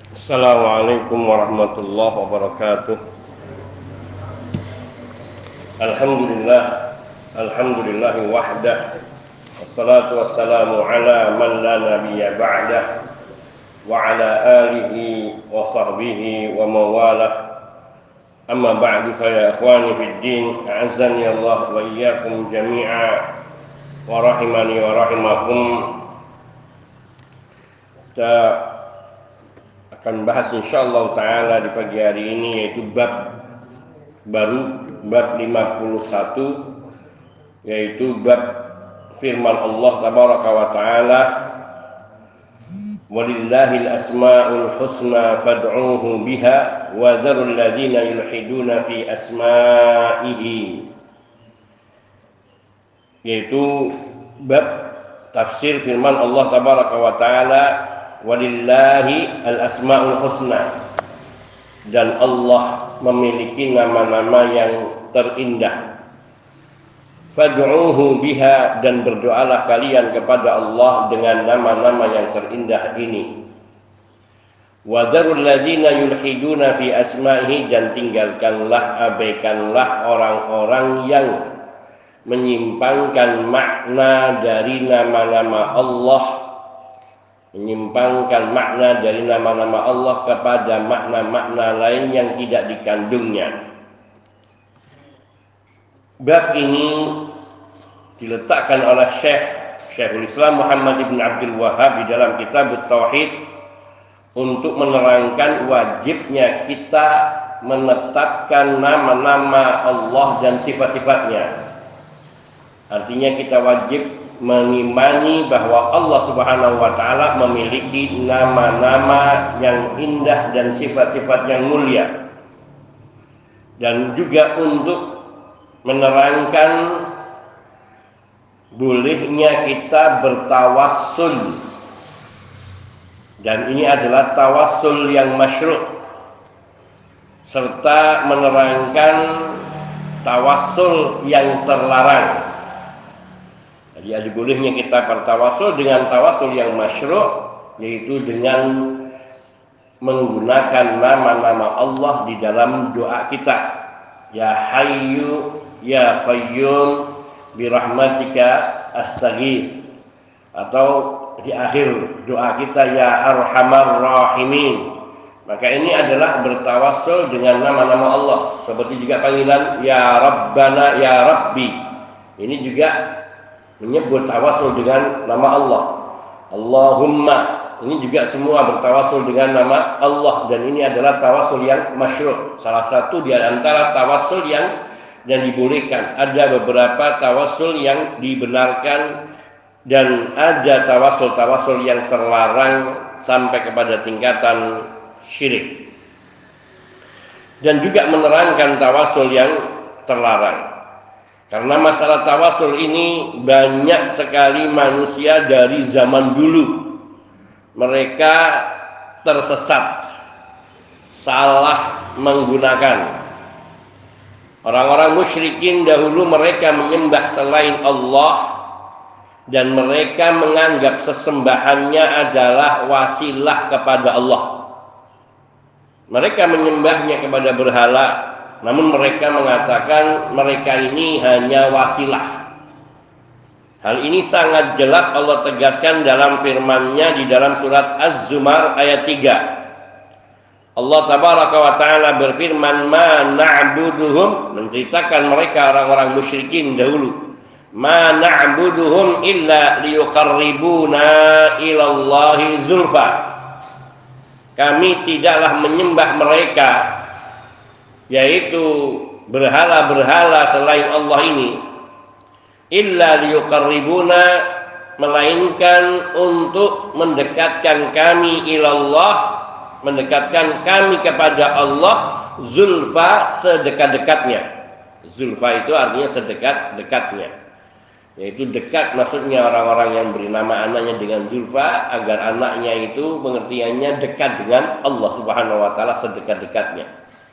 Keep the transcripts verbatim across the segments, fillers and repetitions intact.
Assalamualaikum warahmatullahi wabarakatuh. Alhamdulillah, alhamdulillahi wahdah. Wassalatu wassalamu ala man la nabiyya ba'dah wa ala alihi wa sahbihi wa mawalah. Amma ba'du, fa ya ikhwani fid din, a'azzani Allah wa iyyakum jami'a wa rahimani wa rahimakum. Kita akan bahas insyaallah taala di pagi hari ini yaitu bab baru, bab lima puluh satu, yaitu bab firman Allah tabaraka wa taala, walillahil asmaul husna fad'uuhu biha wa dzarul ladzina yulhiduna fi asma'ihi, yaitu bab tafsir firman Allah tabaraka wa taala, walillahi al-asma'ul husna, dan Allah memiliki nama-nama yang terindah. Fad'uuhu biha, dan berdoalah kalian kepada Allah dengan nama-nama yang terindah ini. Wa dzarul ladzina yulhiduna fi asma'ihi, dan tinggalkanlah, abaikanlah orang-orang yang menyimpangkan makna dari nama-nama Allah, menyimpangkan makna dari nama-nama Allah kepada makna-makna lain yang tidak dikandungnya. Bab ini diletakkan oleh Syekh Syekhul Islam Muhammad ibn Abdul Wahhab di dalam kitab Tauhid untuk menerangkan wajibnya kita menetapkan nama-nama Allah dan sifat-sifatnya. Artinya kita wajib mengimani bahwa Allah Subhanahu wa taala memiliki nama-nama yang indah dan sifat-sifat yang mulia. Dan juga untuk menerangkan bolehnya kita bertawassul, dan ini adalah tawassul yang masyru', serta menerangkan tawassul yang terlarang. Jadi ada bolehnya kita bertawassul dengan tawassul yang masyru', yaitu dengan menggunakan nama-nama Allah di dalam doa kita. Ya Hayyu Ya Qayyum birahmatika astaghits, atau di akhir doa kita ya Arhamar Rahimin. Maka ini adalah bertawassul dengan nama-nama Allah. Seperti juga panggilan ya Rabbana ya Rabbi, ini juga menyebut tawassul dengan nama Allah. Allahumma, ini juga semua bertawassul dengan nama Allah, dan ini adalah tawassul yang masyru', salah satu di antara tawassul yang dan dibolehkan. Ada beberapa tawassul yang dibenarkan, dan ada tawassul-tawassul yang terlarang sampai kepada tingkatan syirik. Dan juga menerangkan tawassul yang terlarang. Karena masalah tawassul ini banyak sekali manusia dari zaman dulu mereka tersesat, salah menggunakan. Orang-orang musyrikin dahulu mereka menyembah selain Allah, dan mereka menganggap sesembahannya adalah wasilah kepada Allah. Mereka menyembahnya kepada berhala, namun mereka mengatakan mereka ini hanya wasilah. Hal ini sangat jelas Allah tegaskan dalam firman-Nya di dalam surat Az-Zumar ayat tiga. Allah tabaraka wa ta'ala berfirman, ma na'buduhum, menceritakan mereka orang-orang musyrikin dahulu. Ma na'buduhum illa liyuqarribuna ilallahi zulfa. Kami tidaklah menyembah mereka, yaitu berhala-berhala selain Allah ini, illa liyuqarribuna, melainkan untuk mendekatkan kami ilallah, mendekatkan kami kepada Allah, zulfa, sedekat-dekatnya. Zulfa itu artinya sedekat-dekatnya, yaitu dekat, maksudnya orang-orang yang beri nama anaknya dengan zulfa, agar anaknya itu pengertiannya dekat dengan Allah Subhanahu wa taala, sedekat-dekatnya.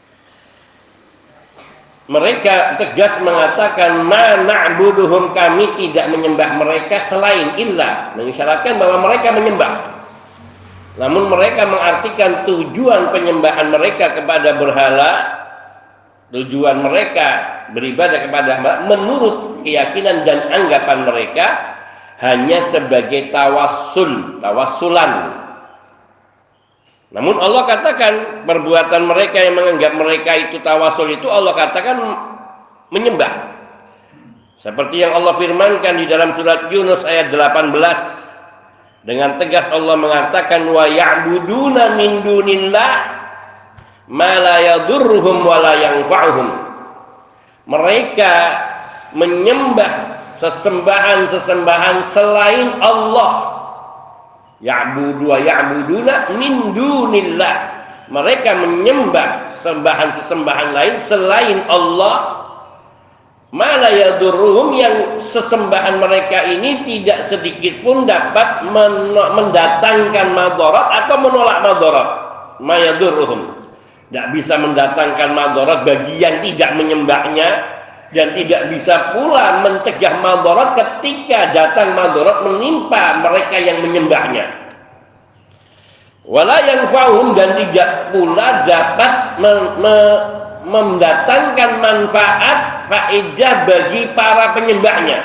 Mereka tegas mengatakan ma na'buduhum, kami tidak menyembah mereka selain illa, mengisyaratkan bahwa mereka menyembah. Namun mereka mengartikan tujuan penyembahan mereka kepada berhala, tujuan mereka beribadah kepada hamba menurut keyakinan dan anggapan mereka hanya sebagai tawassul, tawassulan. Namun Allah katakan perbuatan mereka yang menganggap mereka itu tawassul itu Allah katakan menyembah. Seperti yang Allah firmankan di dalam surat Yunus ayat delapan belas. Dengan tegas Allah mengatakan wa ya'buduna min dunillah ma la yadurruhum wa la yanfa'uhum. Mereka menyembah sesembahan-sesembahan selain Allah. Ya'budu wa ya'buduna min dunillah. Mereka menyembah sembahan-sesembahan lain selain Allah. Ma la yadurruhum, yang sesembahan mereka ini tidak sedikit pun dapat mendatangkan madarat atau menolak madarat. Ma yadurruhum, tidak bisa mendatangkan madarat bagi yang tidak menyembahnya, dan tidak bisa pula mencegah madarat ketika datang madarat menimpa mereka yang menyembahnya. Wala yanfa'uhum, dan tidak pula dapat me, me, mendatangkan manfaat faedah bagi para penyembahnya.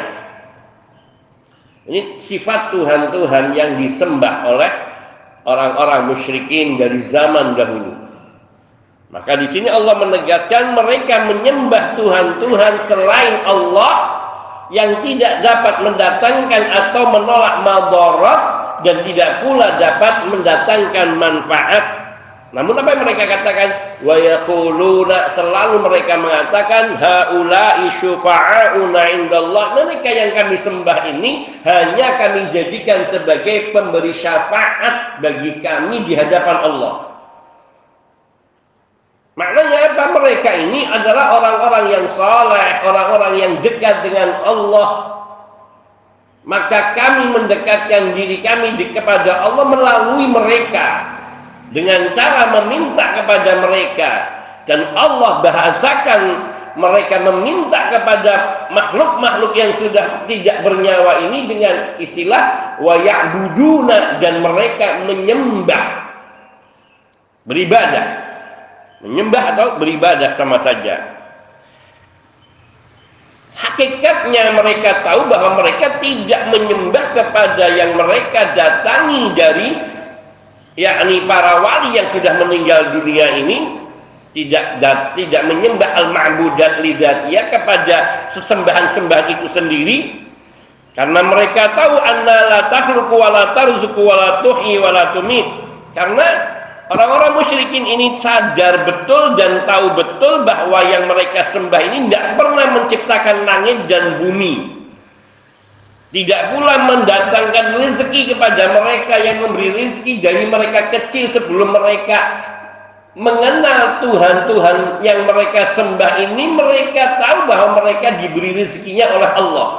Ini sifat Tuhan-Tuhan yang disembah oleh orang-orang musyrikin dari zaman dahulu. Maka di sini Allah menegaskan mereka menyembah Tuhan-Tuhan selain Allah yang tidak dapat mendatangkan atau menolak madarat dan tidak pula dapat mendatangkan manfaat. Namun apa yang mereka katakan? Wa yaquluna, selalu mereka mengatakan haula'i syufa'auna indallah. Mereka yang kami sembah ini hanya kami jadikan sebagai pemberi syafaat bagi kami di hadapan Allah. Maknanya apa? Mereka ini adalah orang-orang yang saleh, orang-orang yang dekat dengan Allah. Maka kami mendekatkan diri kami kepada Allah melalui mereka, dengan cara meminta kepada mereka. Dan Allah bahasakan mereka meminta kepada makhluk-makhluk yang sudah tidak bernyawa ini dengan istilah wa ya'buduna, dan mereka menyembah, beribadah. Menyembah atau beribadah sama saja. Hakikatnya mereka tahu bahwa mereka tidak menyembah kepada yang mereka datangi dari, yakni para wali yang sudah meninggal dunia ini, tidak dat, tidak menyembah al-ma'budat lidzatiyah kepada sesembahan-sembahan itu sendiri, karena mereka tahu anna la takhluqu wa la tarzuqu wa la tuhyi wa la tumit. Karena orang-orang musyrikin ini sadar betul dan tahu betul bahwa yang mereka sembah ini tidak pernah menciptakan langit dan bumi, tidak pula mendatangkan rezeki kepada mereka yang memberi rezeki dari mereka kecil. Sebelum mereka mengenal Tuhan-Tuhan yang mereka sembah ini, mereka tahu bahwa mereka diberi rezekinya oleh Allah.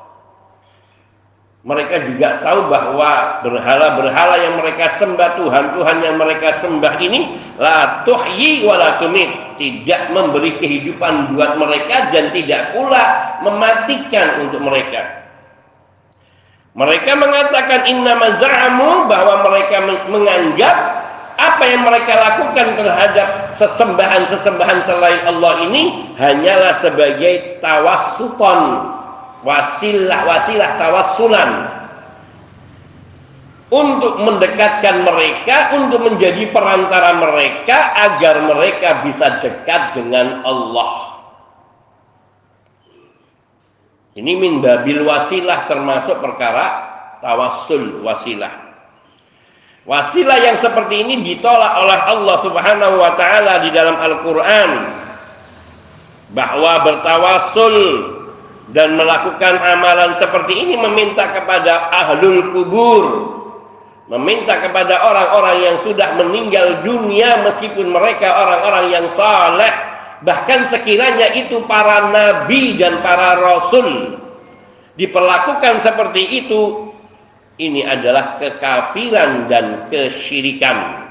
Mereka juga tahu bahwa berhala-berhala yang mereka sembah, Tuhan-Tuhan yang mereka sembah ini la tuhyi wa la tumit, tidak memberi kehidupan buat mereka dan tidak pula mematikan untuk mereka. Mereka mengatakan innama za'amu, bahwa mereka menganggap apa yang mereka lakukan terhadap sesembahan-sesembahan selain Allah ini hanyalah sebagai tawassuton, wasilah wasilah tawassulan, untuk mendekatkan mereka, untuk menjadi perantara mereka agar mereka bisa dekat dengan Allah. Ini min babil wasilah, termasuk perkara tawassul wasilah. Wasilah yang seperti ini ditolak oleh Allah Subhanahu wa taala di dalam Al-Qur'an, bahwa bertawassul dan melakukan amalan seperti ini meminta kepada ahlul kubur, meminta kepada orang-orang yang sudah meninggal dunia meskipun mereka orang-orang yang saleh, bahkan sekiranya itu para nabi dan para rasul, diperlakukan seperti itu, ini adalah kekafiran dan kesyirikan.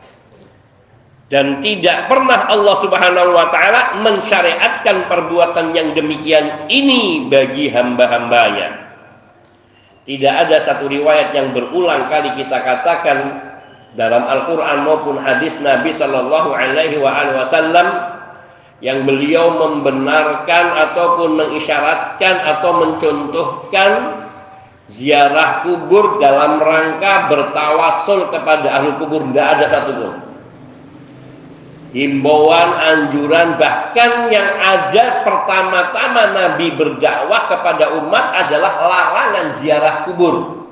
Dan tidak pernah Allah Subhanahu wa taala mensyariatkan perbuatan yang demikian ini bagi hamba-hambanya. Tidak ada satu riwayat yang berulang kali kita katakan dalam Al-Quran maupun hadis Nabi Shallallahu Alaihi Wasallam yang beliau membenarkan ataupun mengisyaratkan atau mencontohkan ziarah kubur dalam rangka bertawasul kepada ahli kubur. Tidak ada satupun himbauan, anjuran, bahkan yang ada pertama-tama Nabi berdakwah kepada umat adalah larangan ziarah kubur.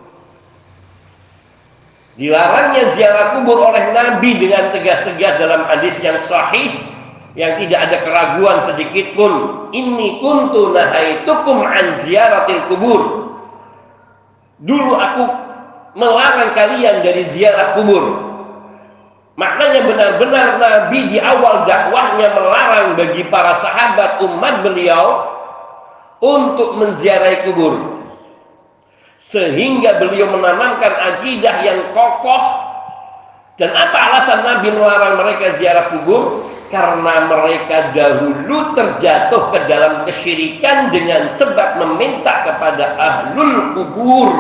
Dilarangnya ziarah kubur oleh Nabi dengan tegas-tegas dalam hadis yang sahih, yang tidak ada keraguan sedikit pun. Inni kuntu nahaitukum an ziyaratil kubur. Dulu aku melarang kalian dari ziarah kubur. Maknanya benar-benar Nabi di awal dakwahnya melarang bagi para sahabat umat beliau untuk menziarahi kubur. Sehingga beliau menanamkan akidah yang kokoh. Dan apa alasan Nabi melarang mereka ziarah kubur? Karena mereka dahulu terjatuh ke dalam kesyirikan dengan sebab meminta kepada ahlul kubur.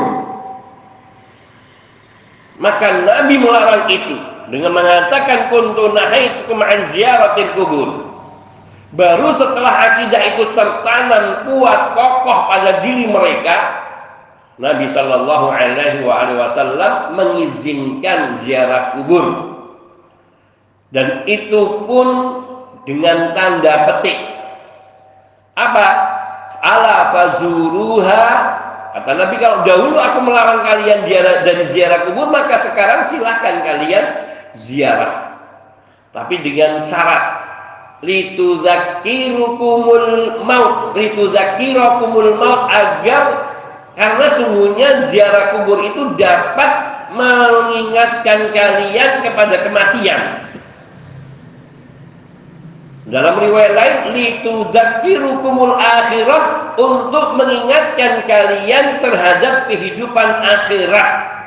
Maka Nabi melarang itu dengan mengatakan kuntu nahaitukum an ziyaratil kubur. Baru setelah akidah itu tertanam kuat kokoh pada diri mereka, Nabi Shallallahu Alaihi Wasallam mengizinkan ziarah kubur, dan itu pun dengan tanda petik. Apa? Ala fazuruha. Kata Nabi, kalau dahulu aku melarang kalian dari ziarah kubur, maka sekarang silahkan kalian ziarah. Tapi dengan syarat litudzakirukumul maut, litudzakirukumul maut, agar karena sungguhnya ziarah kubur itu dapat mengingatkan kalian kepada kematian. Dalam riwayat lain litudzakirukumul akhirah, untuk mengingatkan kalian terhadap kehidupan akhirat.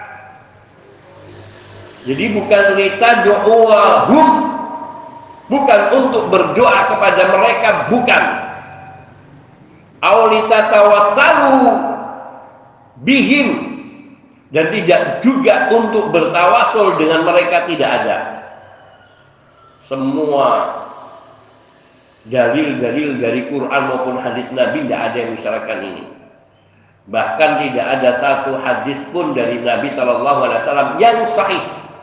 Jadi bukan litad'uahum, bukan untuk berdoa kepada mereka, bukan. Aw litatawassalu bihim, dan tidak juga untuk bertawasul dengan mereka, tidak ada. Semua dalil-dalil dari Quran maupun hadis Nabi tidak ada yang mensyaratkan ini. Bahkan tidak ada satu hadis pun dari Nabi Shallallahu Alaihi Wasallam yang sahih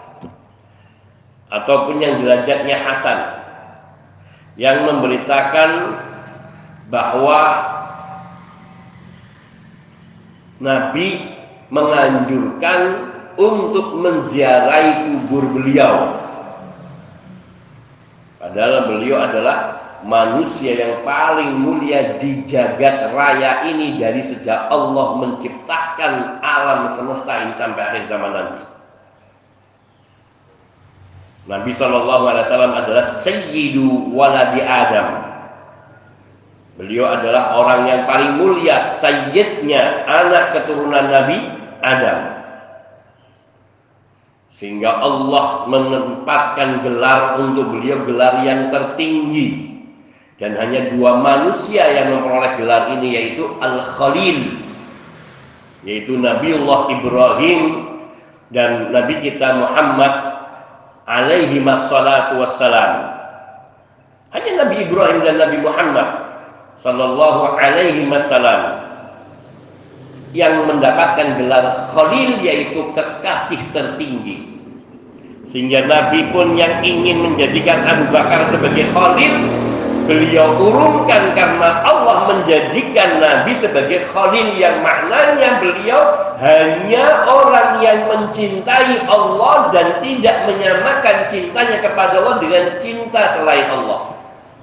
ataupun yang derajatnya hasan yang memberitakan bahwa Nabi menganjurkan untuk menziarahi kubur beliau. Padahal beliau adalah manusia yang paling mulia di jagat raya ini dari sejak Allah menciptakan alam semesta ini sampai akhir zaman nanti. Nabi Shallallahu Alaihi Wasallam adalah sayyidu waladi Adam. Beliau adalah orang yang paling mulia, sayyidnya anak keturunan Nabi Adam. Sehingga Allah menempatkan gelar untuk beliau, gelar yang tertinggi. Dan hanya dua manusia yang memperoleh gelar ini, yaitu Al-Khalil, yaitu Nabiullah Ibrahim dan Nabi kita Muhammad alaihi wassalatu wassalam. Hanya Nabi Ibrahim dan Nabi Muhammad sallallahu alaihi wasallam yang mendapatkan gelar Khalil, yaitu kekasih tertinggi. Sehingga Nabi pun yang ingin menjadikan Abu Bakar sebagai Khalil, beliau urungkan karena Allah menjadikan Nabi sebagai Khalil, yang maknanya beliau hanya orang yang mencintai Allah dan tidak menyamakan cintanya kepada Allah dengan cinta selain Allah.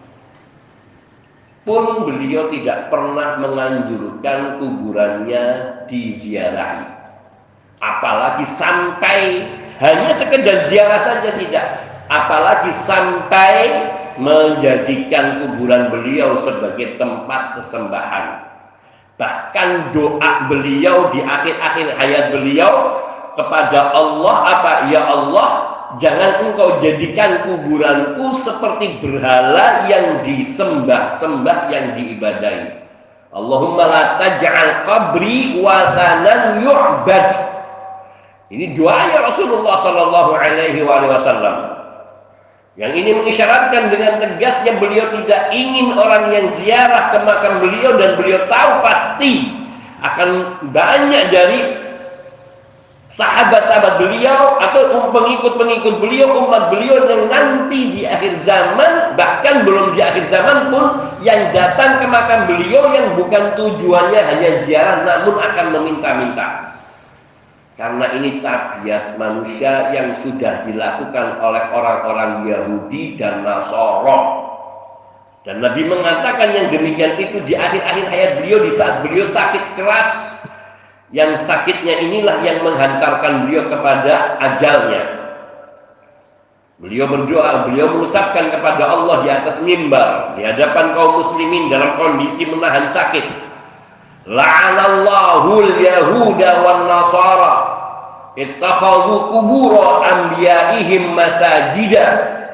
Pun beliau tidak pernah menganjurkan kuburannya diziarahi, apalagi sampai hanya sekedar ziarah saja, tidak, apalagi sampai menjadikan kuburan beliau sebagai tempat sesembahan. Bahkan doa beliau di akhir-akhir hayat beliau kepada Allah apa? Ya Allah, jangan engkau jadikan kuburanku seperti berhala yang disembah-sembah, yang diibadahi. Allahumma la taj'al qabri wathanan yu'bad. Ini doanya Rasulullah Sallallahu Alaihi Wasallam. Yang ini mengisyaratkan dengan tegasnya beliau tidak ingin orang yang ziarah ke makam beliau dan beliau tahu pasti akan banyak dari sahabat-sahabat beliau atau pengikut-pengikut beliau, umat beliau yang nanti di akhir zaman, bahkan belum di akhir zaman pun, yang datang ke makam beliau yang bukan tujuannya hanya ziarah namun akan meminta-minta. Karena ini tabiat manusia yang sudah dilakukan oleh orang-orang Yahudi dan Nasara. Dan Nabi mengatakan yang demikian itu di akhir-akhir hayat beliau, di saat beliau sakit keras. Yang sakitnya inilah yang menghantarkan beliau kepada ajalnya. Beliau berdoa, beliau mengucapkan kepada Allah di atas mimbar, di hadapan kaum muslimin dalam kondisi menahan sakit. La'anallahu al-yahuda wan nasara ittakhadhu qubur anbiya'ihim masajida.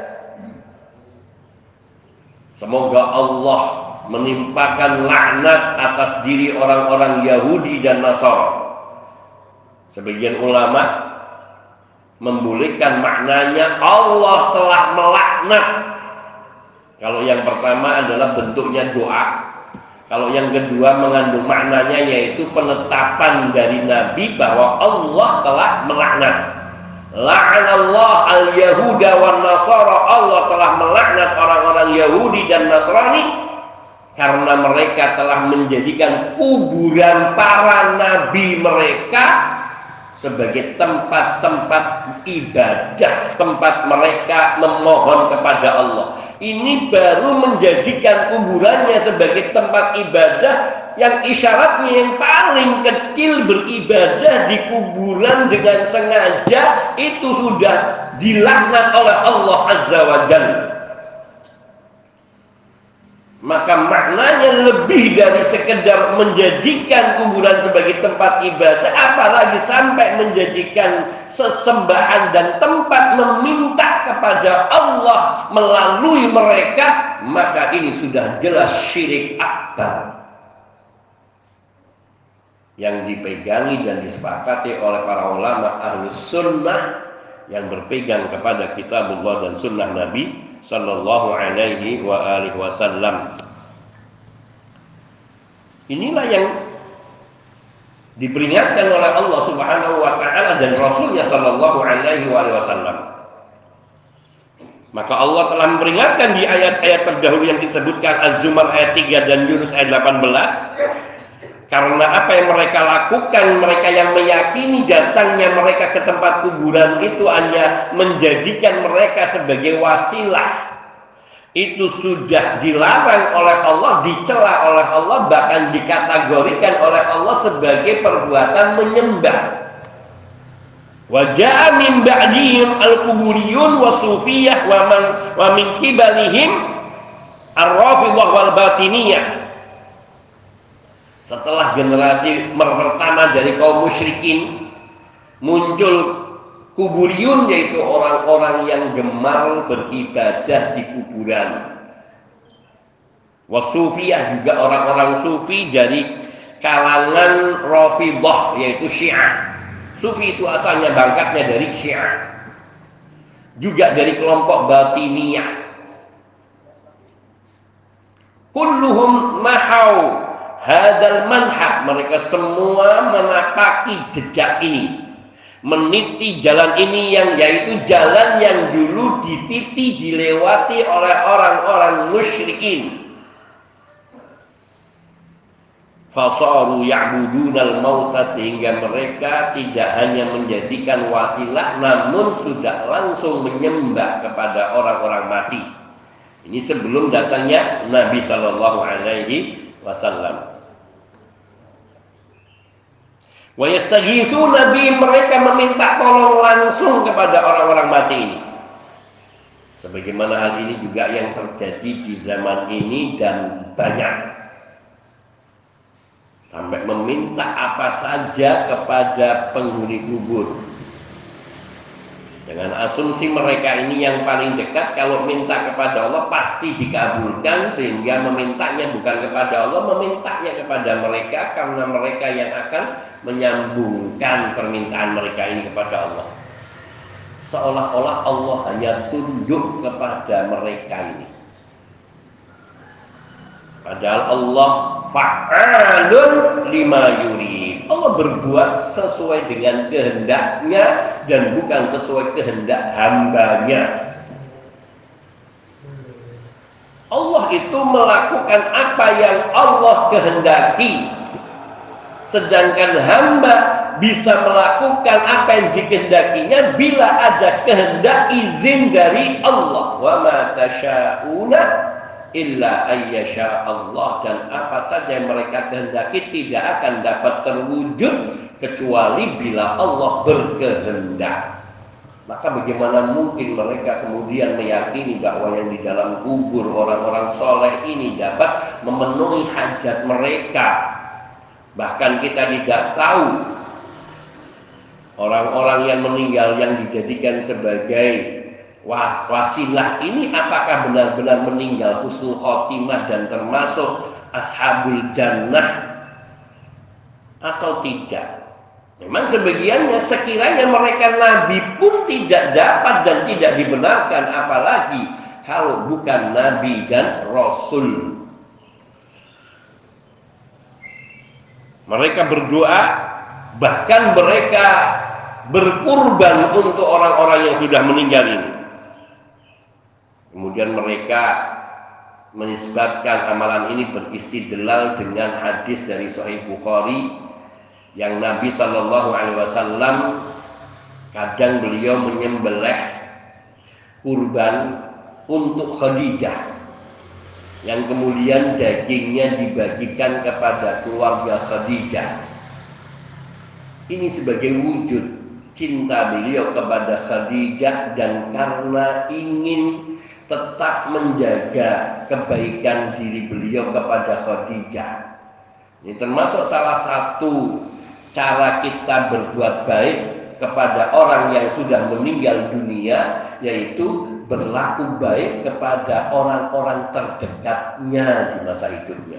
Semoga Allah menimpakan laknat atas diri orang-orang Yahudi dan Nasara. Sebagian ulama membolehkan maknanya Allah telah melaknat. Kalau yang pertama adalah bentuknya doa. Kalau yang kedua mengandung maknanya yaitu penetapan dari Nabi bahwa Allah telah melaknat. La'anallah al-yahuda wan nasara, Allah telah melaknat orang-orang Yahudi dan Nasrani karena mereka telah menjadikan kuburan para nabi mereka sebagai tempat-tempat ibadah, tempat mereka memohon kepada Allah. Ini baru menjadikan kuburannya sebagai tempat ibadah yang isyaratnya yang paling kecil beribadah di kuburan dengan sengaja itu sudah dilaknat oleh Allah Azza wa Jalla. Maka maknanya lebih dari sekedar menjadikan kuburan sebagai tempat ibadah, apalagi sampai menjadikan sesembahan dan tempat meminta kepada Allah melalui mereka, maka ini sudah jelas syirik akbar yang dipegangi dan disepakati oleh para ulama ahlus sunnah yang berpegang kepada kitabullah dan sunnah Nabi Sallallahu alaihi wa alihi wasallam. Inilah yang diperingatkan oleh Allah Subhanahu wa taala dan Rasulnya Sallallahu alaihi wasallam. Maka Allah telah memperingatkan di ayat-ayat terdahulu yang disebutkan Az-Zumar ayat tiga dan Yunus ayat delapan belas. Karena apa yang mereka lakukan, mereka yang meyakini datangnya mereka ke tempat kuburan itu hanya menjadikan mereka sebagai wasilah. Itu sudah dilarang oleh Allah, dicela oleh Allah, bahkan dikategorikan oleh Allah sebagai perbuatan menyembah. Wa jaa min ba'dihim al-quburiyun wa sufiyah wa man wa min qibalihim ar-rafidhah wal batiniyah. Setelah generasi pertama dari kaum musyrikin, muncul kuburiyun, yaitu orang-orang yang gemar beribadah di kuburan. Wasufiyah, juga orang-orang sufi dari kalangan Rafidhah, yaitu Syiah. Sufi itu asalnya bangkatnya dari Syiah. Juga dari kelompok Batiniyah. Kulluhum mahau hadal manhaj, mereka semua menapaki jejak ini, meniti jalan ini yang yaitu jalan yang dulu dititi dilewati oleh orang-orang musyrikin. Fasaru ya'budunal mauta, sehingga mereka tidak hanya menjadikan wasilah namun sudah langsung menyembah kepada orang-orang mati. Ini sebelum datangnya Nabi Sallallahu Alaihi Wasallam. Wa yastaghithuna bi, mereka meminta tolong langsung kepada orang-orang mati ini. Sebagaimana hal ini juga yang terjadi di zaman ini dan banyak. Sampai meminta apa saja kepada penghuni kubur. Dengan asumsi mereka ini yang paling dekat, kalau minta kepada Allah pasti dikabulkan, sehingga memintanya bukan kepada Allah, memintanya kepada mereka, karena mereka yang akan menyambungkan permintaan mereka ini kepada Allah. Seolah-olah Allah hanya tunduk kepada mereka ini. Padahal Allah fa'alun lima yurid. Allah berbuat sesuai dengan kehendaknya dan bukan sesuai kehendak hambanya. Allah itu melakukan apa yang Allah kehendaki, sedangkan hamba bisa melakukan apa yang dikehendakinya bila ada kehendak izin dari Allah. Wa ma tasya'una illa ayyasha Allah, dan apa saja yang mereka kehendaki tidak akan dapat terwujud kecuali bila Allah berkehendak. Maka bagaimana mungkin mereka kemudian meyakini bahwa yang di dalam kubur orang-orang soleh ini dapat memenuhi hajat mereka? Bahkan kita tidak tahu orang-orang yang meninggal yang dijadikan sebagai Was, wasilah ini apakah benar-benar meninggal husnul khotimah dan termasuk ashabul jannah atau tidak. Memang sebagiannya sekiranya mereka nabi pun tidak dapat dan tidak dibenarkan, apalagi kalau bukan nabi dan rasul. Mereka berdoa, bahkan mereka berkurban untuk orang-orang yang sudah meninggal ini. Kemudian mereka menisbatkan amalan ini beristidlal dengan hadis dari Sahih Bukhari yang Nabi Shallallahu Alaihi Wasallam kadang beliau menyembelih kurban untuk Khadijah, yang kemudian dagingnya dibagikan kepada keluarga Khadijah. Ini sebagai wujud cinta beliau kepada Khadijah dan karena ingin tetap menjaga kebaikan diri beliau kepada Khadijah. Ini termasuk salah satu cara kita berbuat baik kepada orang yang sudah meninggal dunia, yaitu berlaku baik kepada orang-orang terdekatnya di masa hidupnya.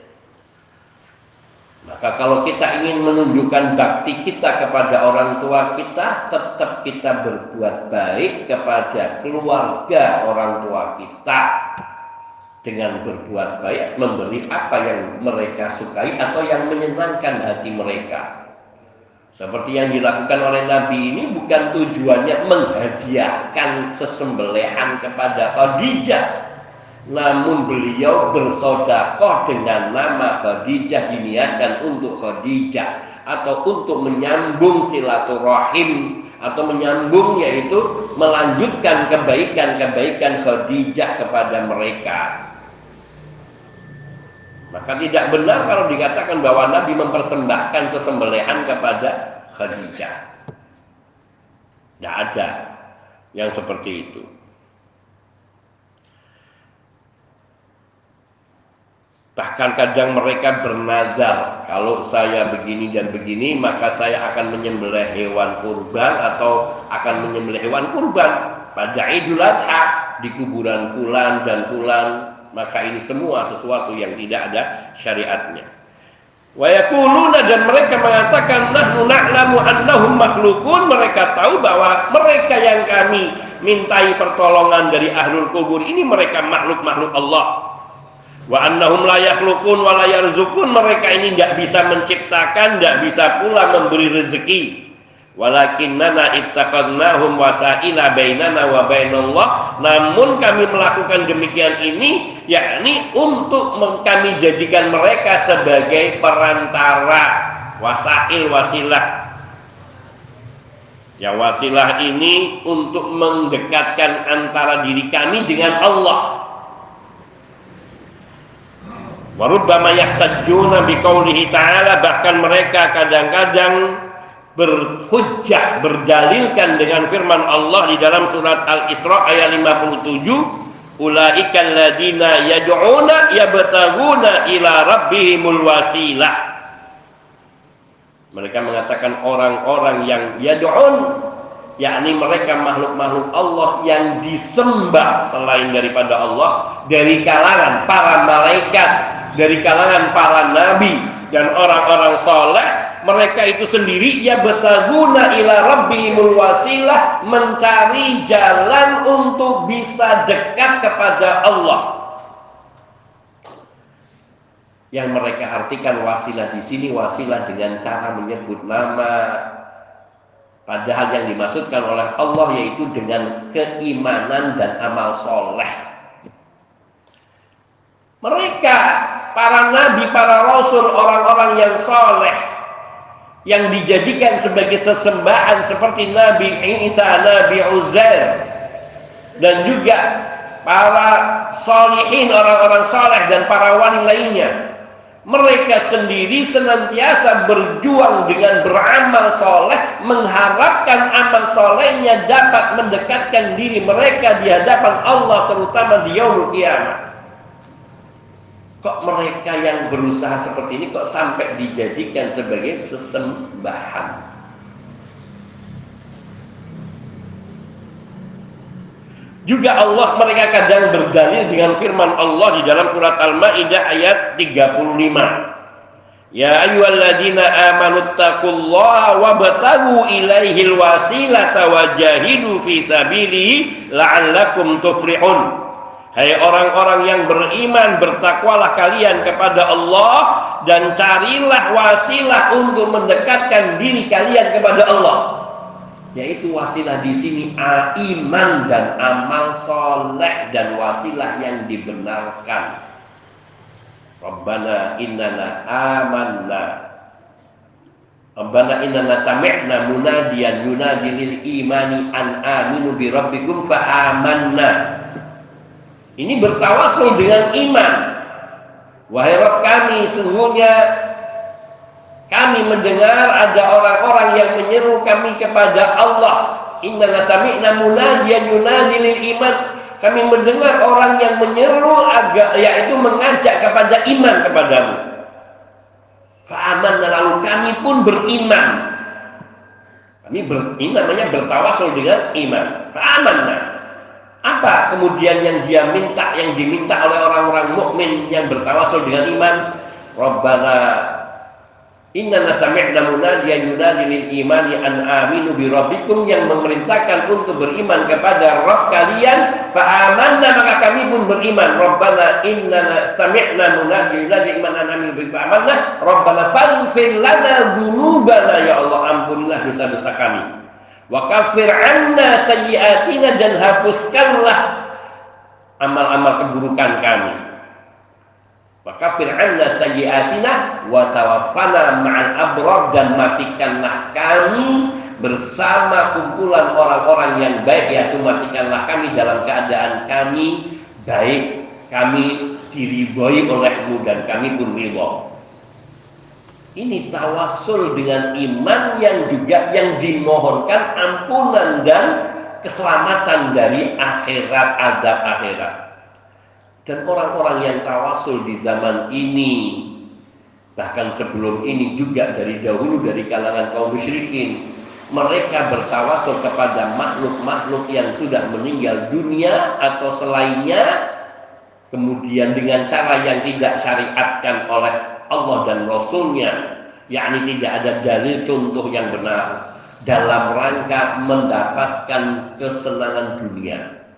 Maka kalau kita ingin menunjukkan bakti kita kepada orang tua kita, tetap kita berbuat baik kepada keluarga orang tua kita dengan berbuat baik, memberi apa yang mereka sukai atau yang menyenangkan hati mereka. Seperti yang dilakukan oleh Nabi ini bukan tujuannya menghadiahkan sesembelihan kepada Khadijah, namun beliau bersedekah dengan nama Khadijah, diniatkan untuk Khadijah atau untuk menyambung silaturahim atau menyambung, yaitu melanjutkan kebaikan-kebaikan Khadijah kepada mereka. Maka tidak benar kalau dikatakan bahwa Nabi mempersembahkan sesembelihan kepada Khadijah. Tidak ada yang seperti itu. Bahkan kadang mereka bernazar, kalau saya begini dan begini, maka saya akan menyembelih hewan kurban atau akan menyembelih hewan kurban pada Idul Adha di kuburan fulan dan fulan. Maka ini semua sesuatu yang tidak ada syariatnya. Wa yaquluna, dan mereka mengatakan nahnu na'lamu annahum makhlukun, mereka tahu bahwa mereka yang kami mintai pertolongan dari ahlul kubur ini mereka makhluk-makhluk Allah. Wa annahum la yakhluqun wa la yarzukun, mereka ini tidak bisa menciptakan, tidak bisa pula memberi rezeki. Walakinnana ittakhadnahum wasaila bainana wa bainallah, namun kami melakukan demikian ini yakni untuk kami jadikan mereka sebagai perantara, wasail, wasilah. Ya, wasilah ini untuk mendekatkan antara diri kami dengan Allah. Wa rubbama yahtajjuna biqaulihi ta'ala, bahkan mereka kadang-kadang berhujjah, berdalilkan dengan firman Allah di dalam surat Al-Isra ayat lima puluh tujuh, ulaikal ladina yad'una yabtaguna ila rabbihimul wasilah. Mereka mengatakan orang-orang yang yad'un, yakni mereka makhluk-makhluk Allah yang disembah selain daripada Allah, dari kalangan para malaikat, dari kalangan para nabi dan orang-orang soleh. Mereka itu sendiri ya betaguna ila rabbihimul wasilah, mencari jalan untuk bisa dekat kepada Allah. Yang mereka artikan wasilah di sini wasilah dengan cara menyebut nama, padahal yang dimaksudkan oleh Allah yaitu dengan keimanan dan amal soleh. Mereka para nabi, para rasul, orang-orang yang soleh, yang dijadikan sebagai sesembahan seperti Nabi Isa, Nabi Uzair, dan juga para solihin, orang-orang soleh dan para wali lainnya. Mereka sendiri senantiasa berjuang dengan beramal soleh, mengharapkan amal solehnya dapat mendekatkan diri mereka di hadapan Allah, terutama di yaumul qiyamah. Kok mereka yang berusaha seperti ini kok sampai dijadikan sebagai sesembahan? Juga Allah mereka kadang berdalil dengan firman Allah di dalam surat Al-Maidah ayat tiga puluh lima. Ya ayyuhalladzina amanu taqullaha wabtaghu ilaihil wasilata wajahidu fi sabilihi la'allakum tuflihun. Hai orang-orang yang beriman, bertakwalah kalian kepada Allah dan carilah wasilah untuk mendekatkan diri kalian kepada Allah. Yaitu wasilah di sini iman dan amal soleh dan wasilah yang dibenarkan. Rabbana innana amanna. Rabbana innana sami'na munadiyan yunadi lil imani an aminu bi rabbikum fa amanna. Ini bertawasul dengan iman. Wahai Rabb kami, sungguhnya kami mendengar ada orang-orang yang menyeru kami kepada Allah. Inna sami'na munadiyan yunadi lil iman. Kami mendengar orang yang menyeru agak, yaitu mengajak kepada iman kepadamu. Fa'amanna, lalu kami pun beriman. Kami ber, ini namanya bertawasul dengan iman. Fa'amanna. Apa kemudian yang dia minta, yang diminta oleh orang-orang mukmin yang bertawasul dengan iman? Rabbana innana sami'na munadiyan yunadi lil imani an aminu bi rabbikum, yang memerintahkan untuk beriman kepada Rabb kalian. Fa amanna, maka kami pun beriman. Rabbana innana sami'na munadiyan yunadi iman an aminu bi fa amanna. Rabbana faghfir lana dzunubana, ya Allah ampunilah dosa-dosa kami. Wa kaffir anna sayyi'atina, dan hapuskanlah amal-amal keburukan kami. Wa kaffir anna sayyi'atina wa tawaffana ma'al abrar, dan matikanlah kami bersama kumpulan orang-orang yang baik, yaitu matikanlah kami dalam keadaan kami baik, kami diridhoi olehmu dan kami pun ridho. Ini tawasul dengan iman yang juga yang dimohonkan ampunan dan keselamatan dari akhirat, azab akhirat. Dan orang-orang yang tawasul di zaman ini, bahkan sebelum ini juga dari dahulu dari kalangan kaum musyrikin, mereka bertawasul kepada makhluk-makhluk yang sudah meninggal dunia atau selainnya, kemudian dengan cara yang tidak syariatkan oleh Allah dan Rasulnya, yakni tidak ada dalil contoh yang benar dalam rangka mendapatkan kesenangan dunia.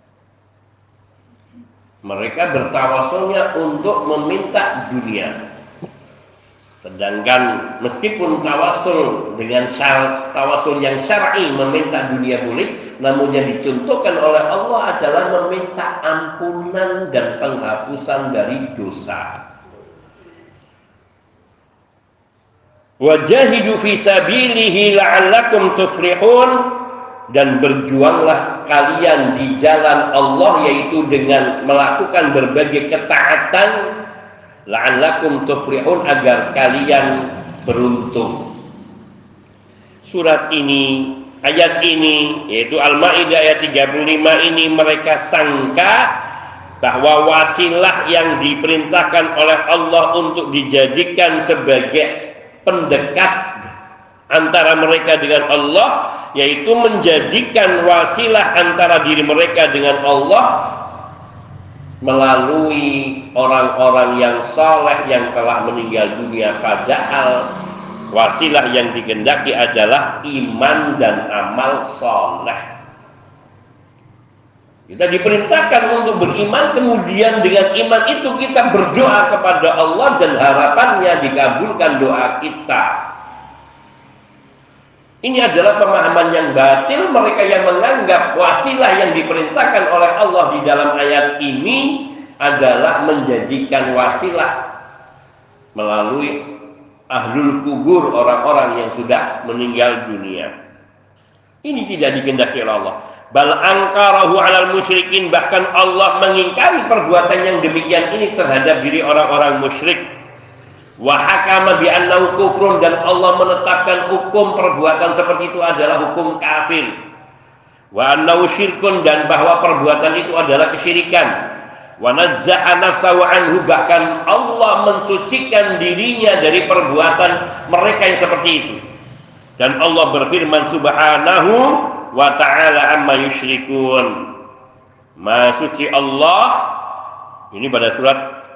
Mereka bertawasulnya untuk meminta dunia. Sedangkan meskipun tawasul dengan syarat, tawasul yang syar'i meminta dunia boleh, namun yang dicontohkan oleh Allah adalah meminta ampunan dan penghapusan dari dosa. Wajahidu fi sabilihi la'allakum tuflihun, dan berjuanglah kalian di jalan Allah, yaitu dengan melakukan berbagai ketaatan, la'allakum tuflihun, agar kalian beruntung. Surat ini, ayat ini, yaitu Al-Maidah ayat tiga puluh lima ini, mereka sangka bahwa wasilah yang diperintahkan oleh Allah untuk dijadikan sebagai pendekat antara mereka dengan Allah yaitu menjadikan wasilah antara diri mereka dengan Allah melalui orang-orang yang saleh yang telah meninggal dunia, padahal wasilah yang dikehendaki adalah iman dan amal saleh. Kita diperintahkan untuk beriman, kemudian dengan iman itu kita berdoa kepada Allah dan harapannya dikabulkan doa kita. Ini adalah pemahaman yang batil mereka yang menganggap wasilah yang diperintahkan oleh Allah di dalam ayat ini adalah menjadikan wasilah melalui ahlul kubur, orang-orang yang sudah meninggal dunia. Ini tidak dikehendaki oleh Allah. Bal angkarahu alal musyrikin, bahkan Allah mengingkari perbuatan yang demikian ini terhadap diri orang-orang musyrik. Wa hakama bi annahu kufrun, dan Allah menetapkan hukum perbuatan seperti itu adalah hukum kafir. Wa annahu syirkun, dan bahwa perbuatan itu adalah kesyirikan. Wa nazza'a nafsahu anhu, bahkan Allah mensucikan dirinya dari perbuatan mereka yang seperti itu. Dan Allah berfirman subhanahu wa ta'ala amma yusyrikun. Maha suci Allah, ini pada surat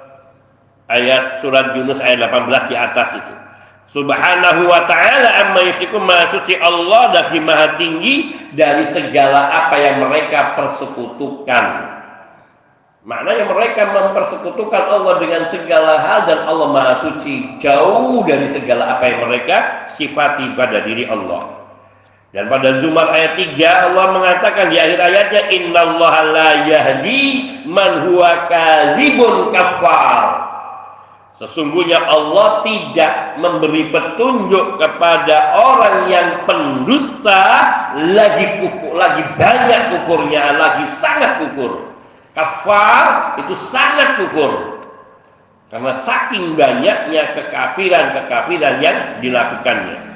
ayat surat Yunus ayat delapan belas di atas itu. Subhanahu wa ta'ala amma yusyrikun, maha suci Allah dan maha tinggi dari segala apa yang mereka persekutukan. Maknanya mereka mempersekutukan Allah dengan segala hal, dan Allah maha suci, jauh dari segala apa yang mereka sifati pada diri Allah. Dan pada Zumar ayat tiga Allah mengatakan di akhir ayatnya, innallaha la yahdi man huwa kadzibun kafar. Sesungguhnya Allah tidak memberi petunjuk kepada orang yang pendusta, lagi kufur, lagi banyak kufurnya, lagi sangat kufur. Kafar itu sangat kufur, karena saking banyaknya kekafiran-kekafiran yang dilakukannya.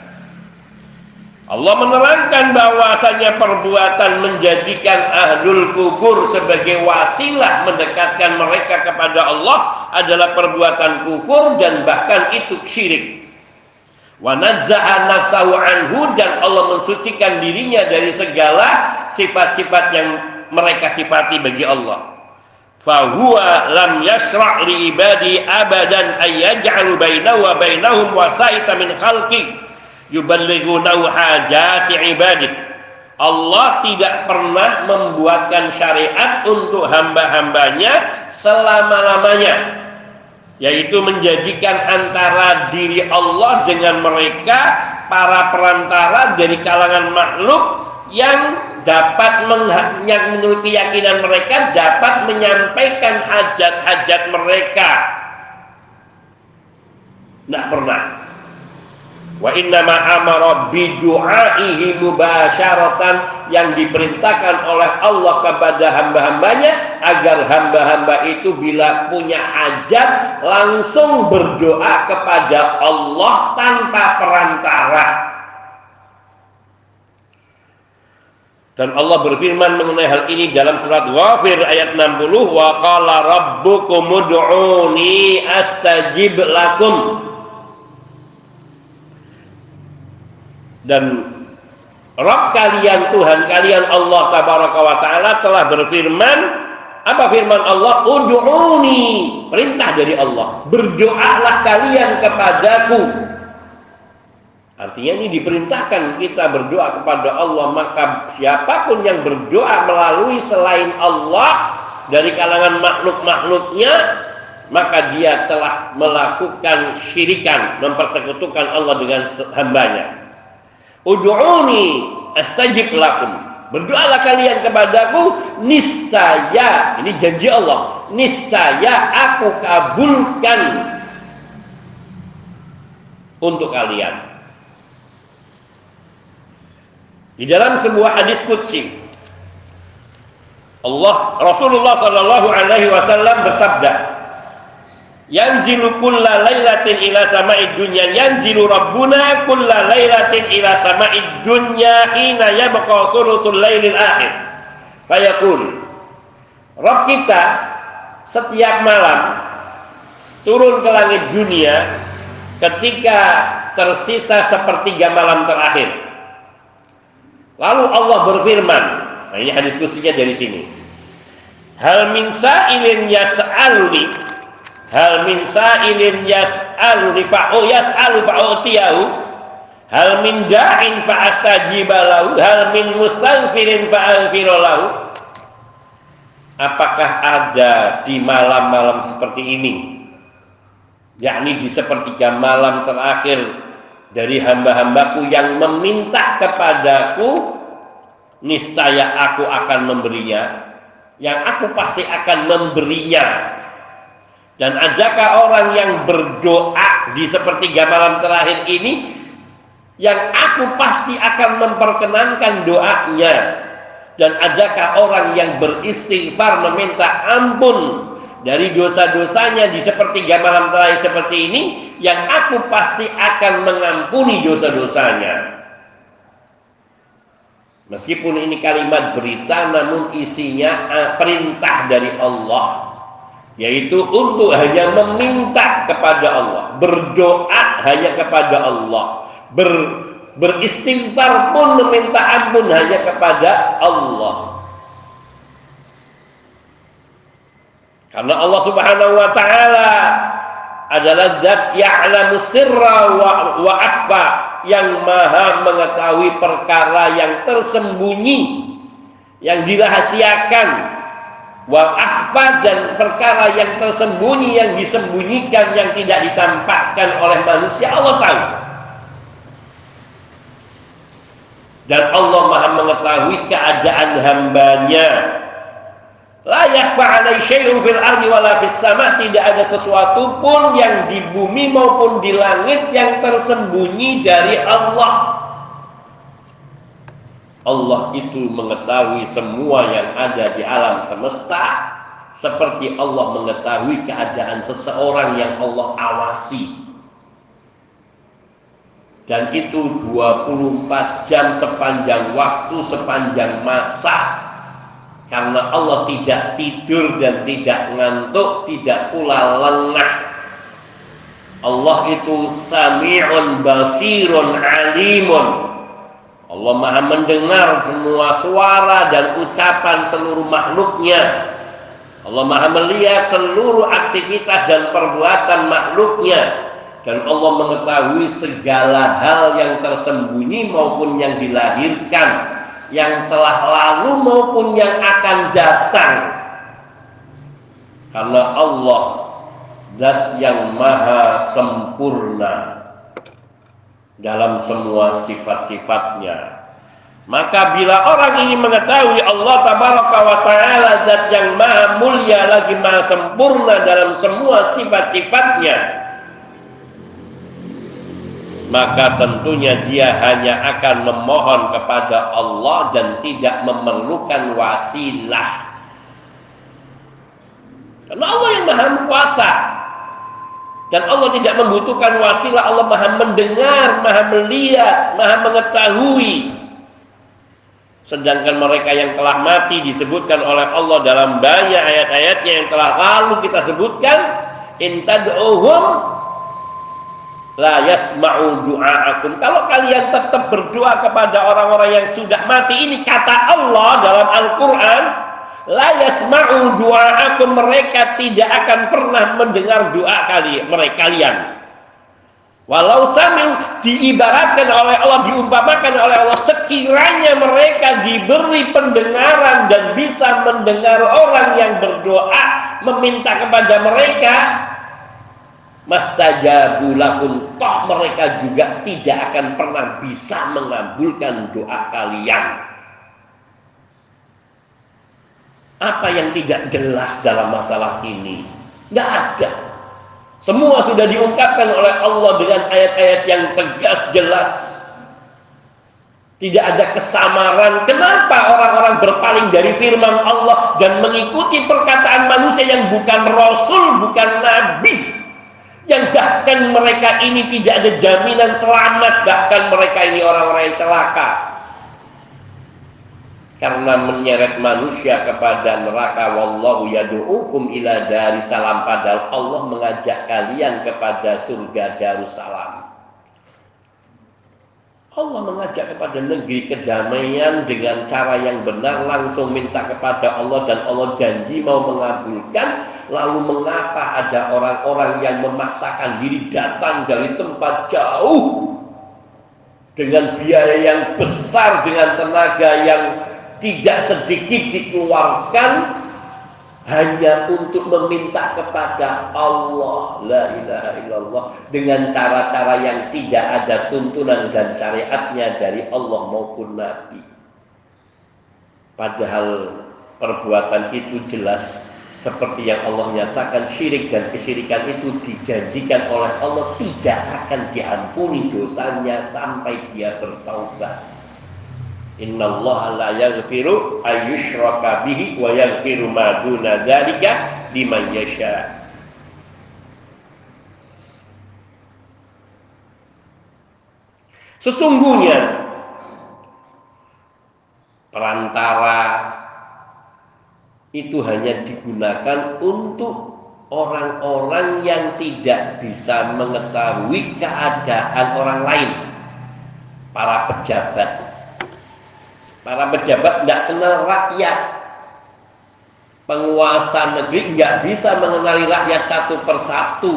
Allah menerangkan bahwasanya perbuatan menjadikan ahlul kubur sebagai wasilah mendekatkan mereka kepada Allah adalah perbuatan kufur dan bahkan itu syirik. Wa nazza'a nafsahu anhu, dan Allah mensucikan dirinya dari segala sifat-sifat yang mereka sifati bagi Allah. Fa huwa lam yashra' li ibadi abadan ay yaj'alu bainahu wa bainahum wasaita min khalqi yuballighunahu hajati ibadih. Allah tidak pernah membuatkan syariat untuk hamba-hambanya selama-lamanya, yaitu menjadikan antara diri Allah dengan mereka para perantara dari kalangan makhluk yang dapat yang menurut keyakinan mereka dapat menyampaikan hajat-hajat mereka. Tidak pernah. Wa innama amara bidu'aihi mubasyaratan, yang diperintahkan oleh Allah kepada hamba-hambanya agar hamba-hamba itu bila punya hajat langsung berdoa kepada Allah tanpa perantara. Dan Allah berfirman mengenai hal ini dalam surat Ghafir ayat enam puluh, wa qala rabbukum ud'uni astajib lakum. Dan Rabb kalian, Tuhan kalian Allah tabaraka wa ta'ala telah berfirman, apa firman Allah? Ud'uni, perintah dari Allah, berdoalah kalian kepadaku. Artinya ini diperintahkan kita berdoa kepada Allah, maka siapapun yang berdoa melalui selain Allah dari kalangan makhluk-makhluknya, maka dia telah melakukan syirikan, mempersekutukan Allah dengan hambanya. Ud'uni astajib lakum, berdoalah kalian kepadaku, niscaya, ini janji Allah, niscaya aku kabulkan untuk kalian. Di dalam sebuah hadis qudsi, Allah Rasulullah sallallahu alaihi wasallam bersabda, yanzilu kulla lailatin ila sama'id dunya, yanzilu rabbuna kulla lailatin ila sama'id dunya hina yabqa thuluthul lailil akhir fayaqul, Rabb kita setiap malam turun ke langit dunia ketika tersisa sepertiga malam terakhir. Lalu Allah berfirman, nah ini hadis kutsinya dari sini. Hal min sa'ilin yas'aluni, hal min sa'ilin yas'aluni fa'u yas'alu fa'utiyahu, hal min da'in fa'astajiba lahu, hal min mustaghfirin fa'aghfira lahu. Apakah ada di malam-malam seperti ini, yakni di sepertiga malam terakhir, dari hamba-hambaku yang meminta kepadaku, niscaya aku akan memberinya, yang aku pasti akan memberinya. Dan adakah orang yang berdoa di sepertiga malam terakhir ini yang aku pasti akan memperkenankan doanya? Dan adakah orang yang beristighfar meminta ampun dari dosa-dosanya di sepertiga malam terakhir seperti ini, yang aku pasti akan mengampuni dosa-dosanya? Meskipun ini kalimat berita, namun isinya perintah dari Allah, yaitu untuk hanya meminta kepada Allah, berdoa hanya kepada Allah, ber, beristighfar pun meminta ampun hanya kepada Allah. Karena Allah Subhanahu wa taala adalah zat ya'lamu sirra wa, wa akhfa, yang maha mengetahui perkara yang tersembunyi, yang dirahasiakan, wa akhfa, dan perkara yang tersembunyi, yang disembunyikan, yang tidak ditampakkan oleh manusia, Allah tahu. Dan Allah maha mengetahui keadaan hambanya. La yakhfa 'alaihi syai'un fil ardi wala fis sama', tidak ada sesuatu pun yang di bumi maupun di langit yang tersembunyi dari Allah. Allah itu mengetahui semua yang ada di alam semesta, seperti Allah mengetahui keadaan seseorang yang Allah awasi. Dan itu dua puluh empat jam sepanjang waktu, sepanjang masa. Karena Allah tidak tidur dan tidak ngantuk, tidak pula lengah. Allah itu sami'un basirun alimun. Allah maha mendengar semua suara dan ucapan seluruh makhluknya. Allah maha melihat seluruh aktivitas dan perbuatan makhluknya. Dan Allah mengetahui segala hal yang tersembunyi maupun yang dilahirkan, yang telah lalu maupun yang akan datang. Karena Allah zat yang maha sempurna dalam semua sifat-sifatnya. Maka bila orang ini mengetahui Allah tabaraka wa ta'ala zat yang maha mulia lagi maha sempurna dalam semua sifat-sifatnya, maka tentunya dia hanya akan memohon kepada Allah dan tidak memerlukan wasilah. Karena Allah yang maha kuasa, dan Allah tidak membutuhkan wasilah. Allah maha mendengar, maha melihat, maha mengetahui. Sedangkan mereka yang telah mati disebutkan oleh Allah dalam banyak ayat-ayatnya yang telah lalu kita sebutkan, in tad'uhum la yasma'u du'aakum. Kalau kalian tetap berdoa kepada orang-orang yang sudah mati, ini kata Allah dalam Al-Quran, la yasma'u du'aakum, mereka tidak akan pernah mendengar doa kalian, mereka kalian. Walau sami'u, diibaratkan oleh Allah, diumpamakan oleh Allah, sekiranya mereka diberi pendengaran dan bisa mendengar orang yang berdoa meminta kepada mereka, mastajabu lakum, toh mereka juga tidak akan pernah bisa mengabulkan doa kalian. Apa yang tidak jelas dalam masalah ini? Tidak ada. Semua sudah diungkapkan oleh Allah dengan ayat-ayat yang tegas, jelas. Tidak ada kesamaran. Kenapa orang-orang berpaling dari firman Allah dan mengikuti perkataan manusia yang bukan Rasul, bukan Nabi, yang bahkan mereka ini tidak ada jaminan selamat, bahkan mereka ini orang-orang yang celaka karena menyeret manusia kepada neraka. Wallahu yad'ukum ila darissalam, padahal Allah mengajak kalian kepada surga Darussalam. Allah mengajak kepada negeri kedamaian dengan cara yang benar, langsung minta kepada Allah dan Allah janji mau mengabulkan. Lalu mengapa ada orang-orang yang memaksakan diri datang dari tempat jauh dengan biaya yang besar, dengan tenaga yang tidak sedikit dikeluarkan hanya untuk meminta kepada Allah, la ilaha illallah, dengan cara-cara yang tidak ada tuntunan dan syariatnya dari Allah maupun Nabi. Padahal perbuatan itu jelas seperti yang Allah nyatakan, syirik dan kesyirikan itu dijanjikan oleh Allah tidak akan diampuni dosanya sampai dia bertaubat. Innallaha la yaghfiru ayyushraka bihi wa yaghfiru ma duna dzalika liman yasha. Sesungguhnya perantara itu hanya digunakan untuk orang-orang yang tidak bisa mengetahui keadaan orang lain, para pejabat. Para pejabat tidak kenal rakyat. Penguasa negeri nggak bisa mengenali rakyat satu persatu.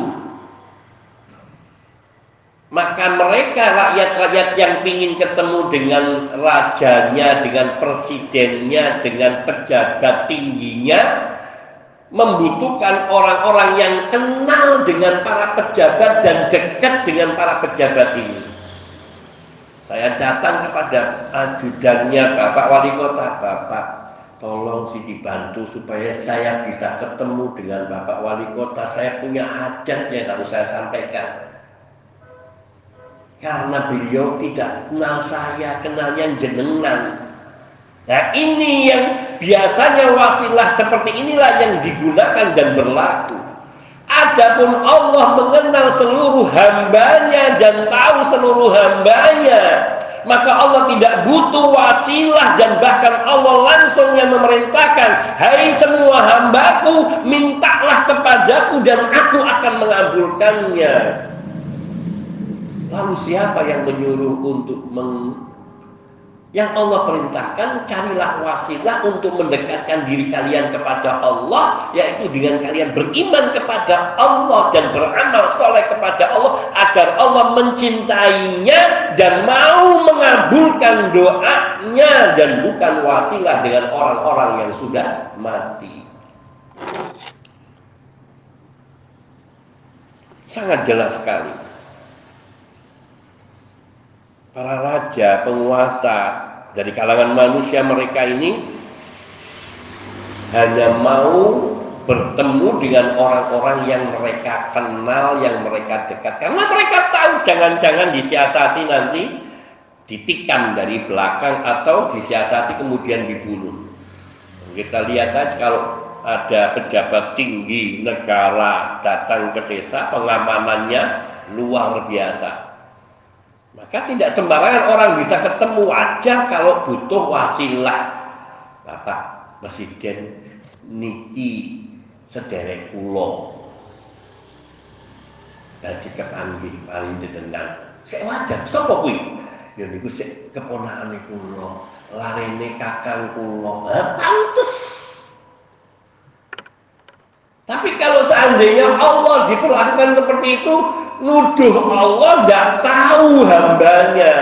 Maka mereka rakyat-rakyat yang ingin ketemu dengan rajanya, dengan presidennya, dengan pejabat tingginya, membutuhkan orang-orang yang kenal dengan para pejabat dan dekat dengan para pejabat ini. Saya datang kepada ajudannya Bapak Wali Kota, Bapak tolong sih dibantu supaya saya bisa ketemu dengan Bapak Wali Kota. Saya punya hajat yang harus saya sampaikan. Karena beliau tidak kenal saya, kenalnya jenengan. Nah ini yang biasanya wasilah seperti inilah yang digunakan dan berlaku. Adapun Allah mengenal seluruh hambanya dan tahu seluruh hambanya, maka Allah tidak butuh wasilah dan bahkan Allah langsung yang memerintahkan, hai semua hambaku, mintalah kepadaku dan aku akan mengabulkannya. Lalu siapa yang menyuruh untuk meng... Yang Allah perintahkan, carilah wasilah untuk mendekatkan diri kalian kepada Allah, yaitu dengan kalian beriman kepada Allah dan beramal soleh kepada Allah, agar Allah mencintainya dan mau mengabulkan doanya, dan bukan wasilah dengan orang-orang yang sudah mati. Sangat jelas sekali. Para raja, penguasa dari kalangan manusia mereka ini hanya mau bertemu dengan orang-orang yang mereka kenal, yang mereka dekat. Karena mereka tahu jangan-jangan disiasati nanti ditikam dari belakang atau disiasati kemudian dibunuh. Kita lihat aja kalau ada pejabat tinggi negara datang ke desa, pengamanannya luar biasa. Maka tidak sembarangan orang bisa ketemu, wajar kalau butuh wasilah. Bapak Presiden niki sederek kula dadi kepanggih paling jenengan. Sik wajar, sapa kuwi? Ya niku sik keponakane kula, larene kakang kula. Ha, pantes. Tapi kalau seandainya Allah diperlakukan seperti itu, nuduh Allah tidak tahu hambanya.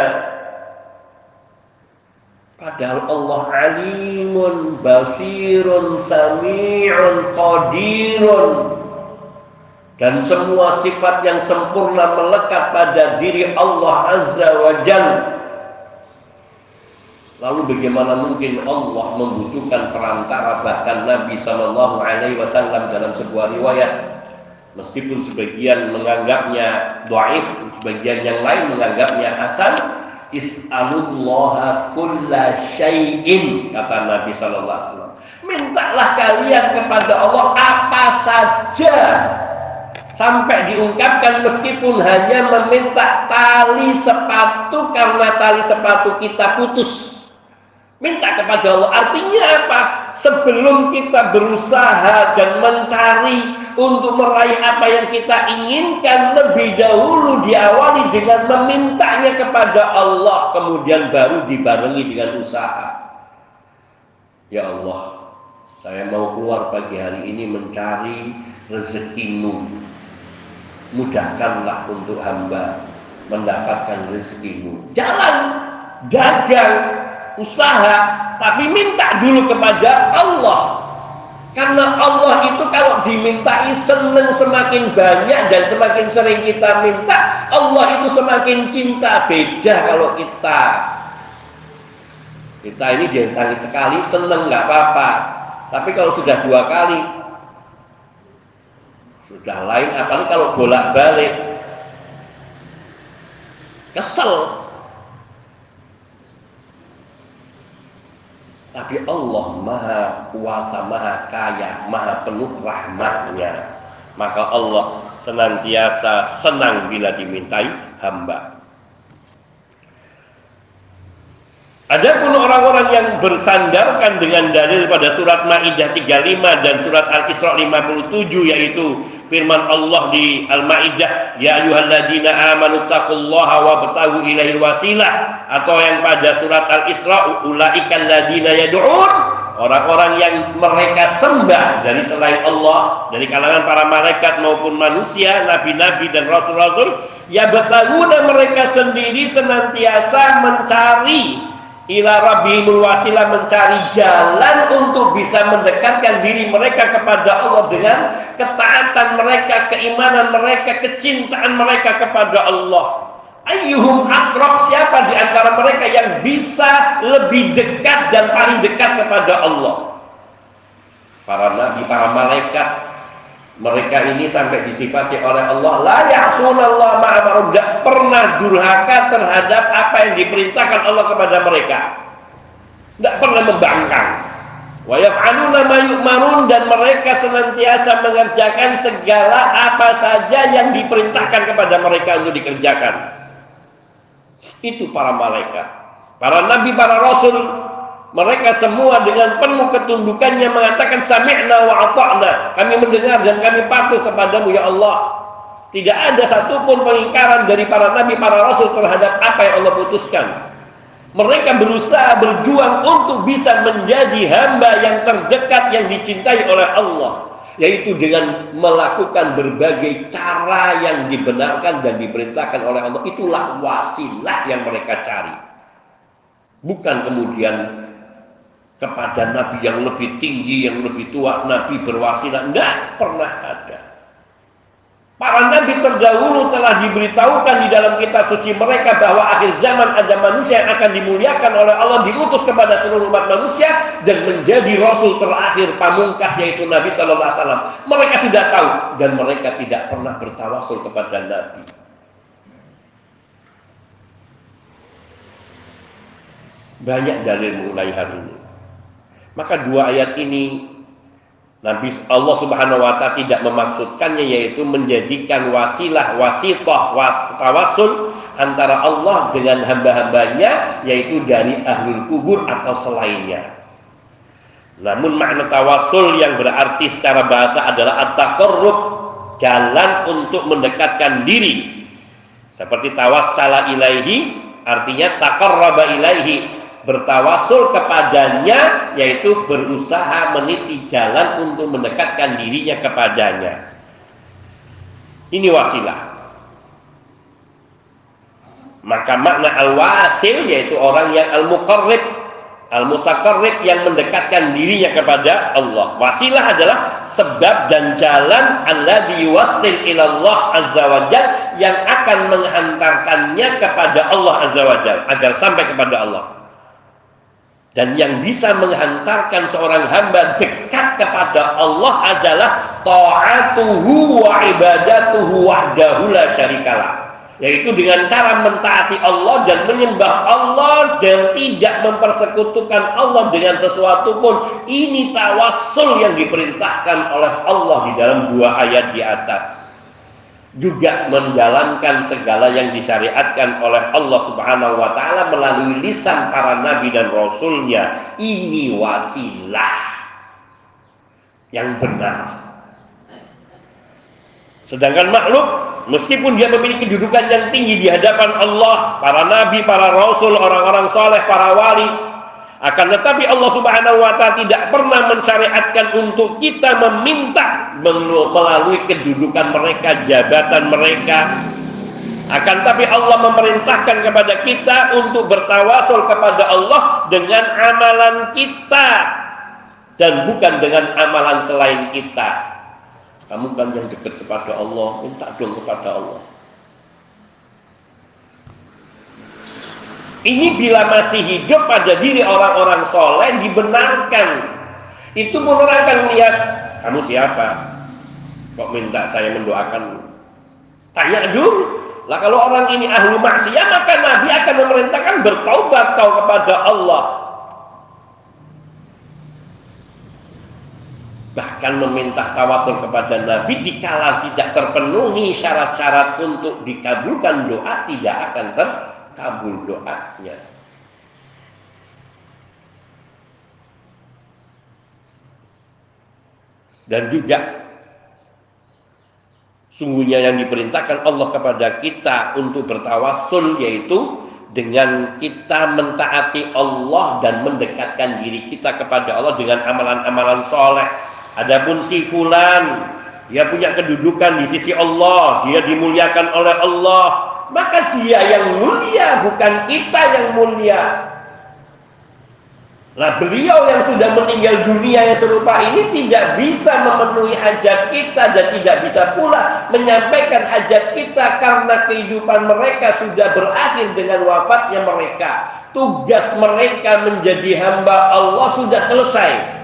Padahal Allah alimun, basirun, sami'un, qadirun. Dan semua sifat yang sempurna melekat pada diri Allah Azza wa Jalla. Lalu bagaimana mungkin Allah membutuhkan perantara, bahkan Nabi Shallallahu Alaihi Wasallam dalam sebuah riwayat, meskipun sebagian menganggapnya dhaif, sebagian yang lain menganggapnya hasan, is'alullaha kulla syai'in, kata Nabi Shallallahu Alaihi Wasallam, mintalah kalian kepada Allah apa saja, sampai diungkapkan meskipun hanya meminta tali sepatu karena tali sepatu kita putus. Minta kepada Allah, artinya apa? sebelum kita berusaha dan mencari untuk meraih apa yang kita inginkan, lebih dahulu diawali dengan memintanya kepada Allah, kemudian baru dibarengi dengan usaha. Ya Allah, saya mau keluar pagi hari ini mencari rezeki-Mu. Mudahkanlah untuk hamba mendapatkan rezeki-Mu. Jalan, dagang, usaha, tapi minta dulu kepada Allah. Karena Allah itu kalau dimintai senang, semakin banyak dan semakin sering kita minta, Allah itu semakin cinta. Beda kalau kita kita ini diantaranya sekali senang nggak apa-apa, tapi kalau sudah dua kali sudah lain, apalagi kalau bolak-balik kesel. Tapi Allah maha kuasa, maha kaya, maha penuh rahmatnya. Maka Allah senantiasa senang bila dimintai hamba. Adapun orang-orang yang bersandarkan dengan dalil pada surat Maidah tiga puluh lima dan surat Al-Isra lima puluh tujuh, yaitu firman Allah di Al-Maidah, ya ayyuhalladzina amanu taqullaha wabtaghu ilaihil wasilah, atau yang pada surat Al-Isra, ulaikal ladzina yad'un, orang-orang yang mereka sembah dari selain Allah, dari kalangan para malaikat maupun manusia, nabi-nabi dan rasul-rasul, ya bataguna, mereka sendiri senantiasa mencari ila rabbihimul wasilah, mencari jalan untuk bisa mendekatkan diri mereka kepada Allah dengan ketaatan mereka, keimanan mereka, kecintaan mereka kepada Allah. Ayyuhum aqrab, siapa di antara mereka yang bisa lebih dekat dan paling dekat kepada Allah? Para nabi, para malaikat, mereka ini sampai disifati oleh Allah, la ya'sunallaha ma amara, tidak pernah durhaka terhadap apa yang diperintahkan Allah kepada mereka, tidak pernah membangkang. Wa yaf'aluna ma yu'marun, dan mereka senantiasa mengerjakan segala apa saja yang diperintahkan kepada mereka untuk dikerjakan. Itu para malaikat, para nabi, para rasul. Mereka semua dengan penuh ketundukannya mengatakan sami'na wa ata'na, kami mendengar dan kami patuh kepadamu ya Allah. Tidak ada satupun pengingkaran dari para nabi, para rasul terhadap apa yang Allah putuskan. Mereka berusaha berjuang untuk bisa menjadi hamba yang terdekat, yang dicintai oleh Allah, yaitu dengan melakukan berbagai cara yang dibenarkan dan diperintahkan oleh Allah. Itulah wasilah yang mereka cari. Bukan kemudian kepada nabi yang lebih tinggi, yang lebih tua, nabi berwasilah. Tidak pernah ada. Para nabi terdahulu telah diberitahukan di dalam kitab suci mereka bahwa akhir zaman ada manusia yang akan dimuliakan oleh Allah, diutus kepada seluruh umat manusia dan menjadi rasul terakhir pamungkas, yaitu Nabi Sallallahu Alaihi Wasallam. Mereka sudah tahu dan mereka tidak pernah bertawasul kepada nabi. Banyak dalil mengenai hal ini. Maka dua ayat ini Nabi Allah Subhanahu wa taala tidak memaksudkannya, yaitu menjadikan wasilah, wasithah, was, tawasul antara Allah dengan hamba-hambanya, yaitu dari ahlul kubur atau selainnya. Namun makna tawasul yang berarti secara bahasa adalah at-taqarrub, jalan untuk mendekatkan diri. Seperti tawassala ilaihi, artinya taqarraba ilaihi, bertawasul kepadanya, yaitu berusaha meniti jalan untuk mendekatkan dirinya kepadanya. Ini wasilah. Maka makna al-wasil yaitu orang yang al-muqarrib, al-mutaqarrib, yang mendekatkan dirinya kepada Allah. Wasilah adalah sebab dan jalan alladzi yuwassil ila Allah azza wajalla, yang akan menghantarkannya kepada Allah azza wajalla agar sampai kepada Allah. Dan yang bisa menghantarkan seorang hamba dekat kepada Allah adalah ta'atuhu wa ibadatuhu wahdahu la syarikalah, yaitu dengan cara mentaati Allah dan menyembah Allah dan tidak mempersekutukan Allah dengan sesuatu pun. Ini tawassul yang diperintahkan oleh Allah di dalam dua ayat di atas. Juga menjalankan segala yang disyariatkan oleh Allah Subhanahu wa taala melalui lisan para nabi dan rasulnya. Ini wasilah. yang benar. Sedangkan makhluk, meskipun dia memiliki kedudukan yang tinggi di hadapan Allah, para nabi, para rasul, orang-orang saleh, para wali, akan tetapi Allah Subhanahu wa taala tidak pernah mensyariatkan untuk kita meminta melalui kedudukan mereka, jabatan mereka. Akan tetapi Allah memerintahkan kepada kita untuk bertawasul kepada Allah dengan amalan kita dan bukan dengan amalan selain kita. Kamu kan yang dekat kepada Allah, minta dong kepada Allah. Ini bila masih hidup pada diri orang-orang soleh dibenarkan. Itu pun orang akan melihat, kamu siapa? Kok minta saya mendoakan? Tanya dulu. Lah kalau orang ini ahli maksiat, maka Nabi akan memerintahkan bertaubat kau kepada Allah. Bahkan meminta tawasul kepada Nabi dikala tidak terpenuhi syarat-syarat untuk dikabulkan doa, tidak akan terkabul doanya. Dan juga sungguhnya yang diperintahkan Allah kepada kita untuk bertawasul yaitu dengan kita mentaati Allah dan mendekatkan diri kita kepada Allah dengan amalan-amalan soleh. Adapun si fulan, dia punya kedudukan di sisi Allah, dia dimuliakan oleh Allah, maka dia yang mulia, bukan kita yang mulia. Nah, beliau yang sudah meninggal dunia yang serupa ini tidak bisa memenuhi hajat kita dan tidak bisa pula menyampaikan hajat kita karena kehidupan mereka sudah berakhir dengan wafatnya mereka. Tugas mereka menjadi hamba Allah sudah selesai.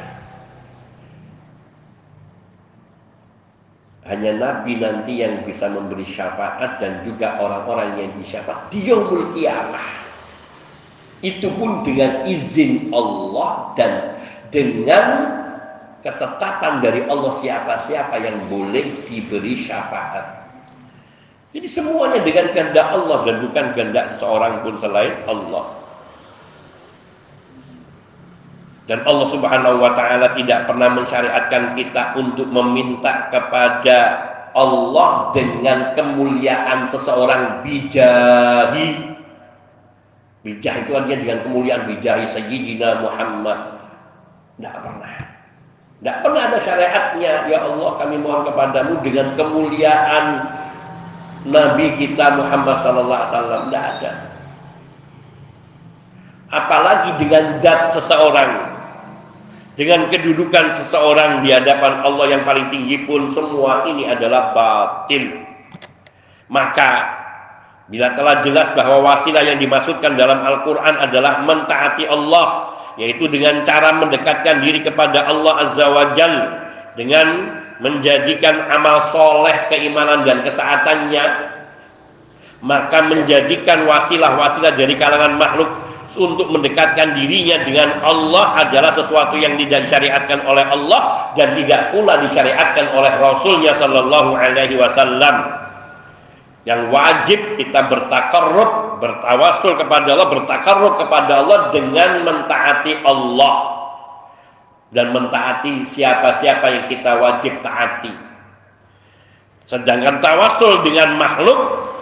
Hanya Nabi nanti yang bisa memberi syafaat dan juga orang-orang yang disyafaat di yaumul qiyamah. Itu pun dengan izin Allah dan dengan ketetapan dari Allah siapa-siapa yang boleh diberi syafaat. Jadi semuanya dengan kehendak Allah dan bukan kehendak seseorang pun selain Allah. Dan Allah Subhanahu wa taala tidak pernah mensyariatkan kita untuk meminta kepada Allah dengan kemuliaan seseorang bijahi. Bijah itu artinya dengan kemuliaan bijahi Sayyidina Muhammad. Tidak pernah. Tidak pernah ada syariatnya. Ya Allah, kami mohon kepadamu dengan kemuliaan Nabi kita Muhammad sallallahu alaihi wasallam. Tidak ada. Apalagi dengan zat seseorang, dengan kedudukan seseorang di hadapan Allah yang paling tinggi pun, semua ini adalah batil. Maka bila telah jelas bahwa wasilah yang dimaksudkan dalam Al-Quran adalah mentaati Allah, yaitu dengan cara mendekatkan diri kepada Allah Azza wa Jal dengan menjadikan amal soleh, keimanan dan ketaatannya, maka menjadikan wasilah-wasilah dari kalangan makhluk untuk mendekatkan dirinya dengan Allah adalah sesuatu yang tidak disyariatkan oleh Allah dan tidak pula disyariatkan oleh Rasulnya Sallallahu Alaihi Wasallam. Yang wajib kita bertakarrub, bertawasul kepada Allah, bertakarrub kepada Allah dengan mentaati Allah dan mentaati siapa-siapa yang kita wajib taati. Sedangkan tawasul dengan makhluk,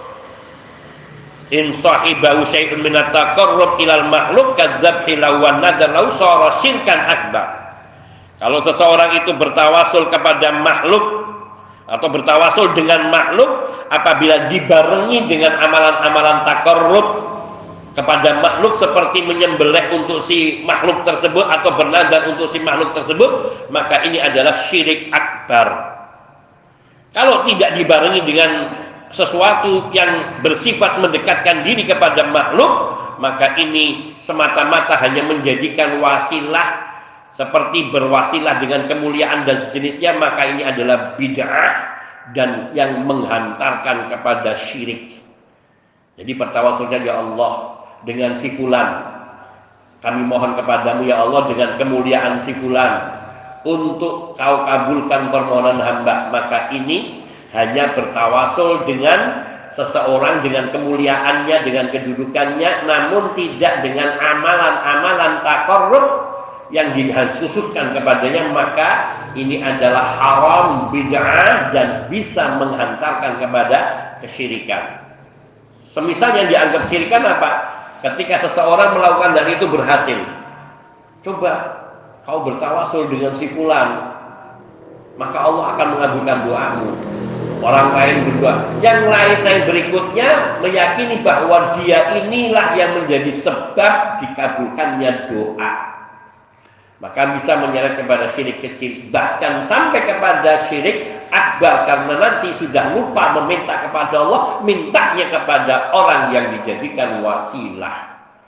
in sahibahu syai'un min at-taqarrub ilal makhluk kadzabhi lawan nadar lau sara syirkan akbar. Kalau seseorang itu bertawasul kepada makhluk atau bertawasul dengan makhluk, apabila dibarengi dengan amalan-amalan taqarrub kepada makhluk seperti menyembelih untuk si makhluk tersebut atau bernadar untuk si makhluk tersebut, maka ini adalah syirik akbar. Kalau tidak dibarengi dengan sesuatu yang bersifat mendekatkan diri kepada makhluk, maka ini semata-mata hanya menjadikan wasilah seperti berwasilah dengan kemuliaan dan sejenisnya, maka ini adalah bid'ah dan yang menghantarkan kepada syirik. Jadi bertawasulnya, ya Allah, dengan si fulan, kami mohon kepadamu ya Allah dengan kemuliaan si fulan untuk kau kabulkan permohonan hamba, maka ini hanya bertawasul dengan seseorang dengan kemuliaannya, dengan kedudukannya, namun tidak dengan amalan-amalan taqarrub yang dikhususkan kepadanya, maka ini adalah haram, bid'ah, dan bisa menghantarkan kepada kesyirikan. Semisal yang dianggap syirikan apa? Ketika seseorang melakukan dan itu berhasil. Coba kau bertawasul dengan si fulan, maka Allah akan mengabulkan doamu. Orang lain berdoa, yang lain-lain berikutnya meyakini bahwa dia inilah yang menjadi sebab dikabulkannya doa, maka bisa menyeret kepada syirik kecil, bahkan sampai kepada syirik akbar, karena nanti sudah lupa meminta kepada Allah, mintanya kepada orang yang dijadikan wasilah.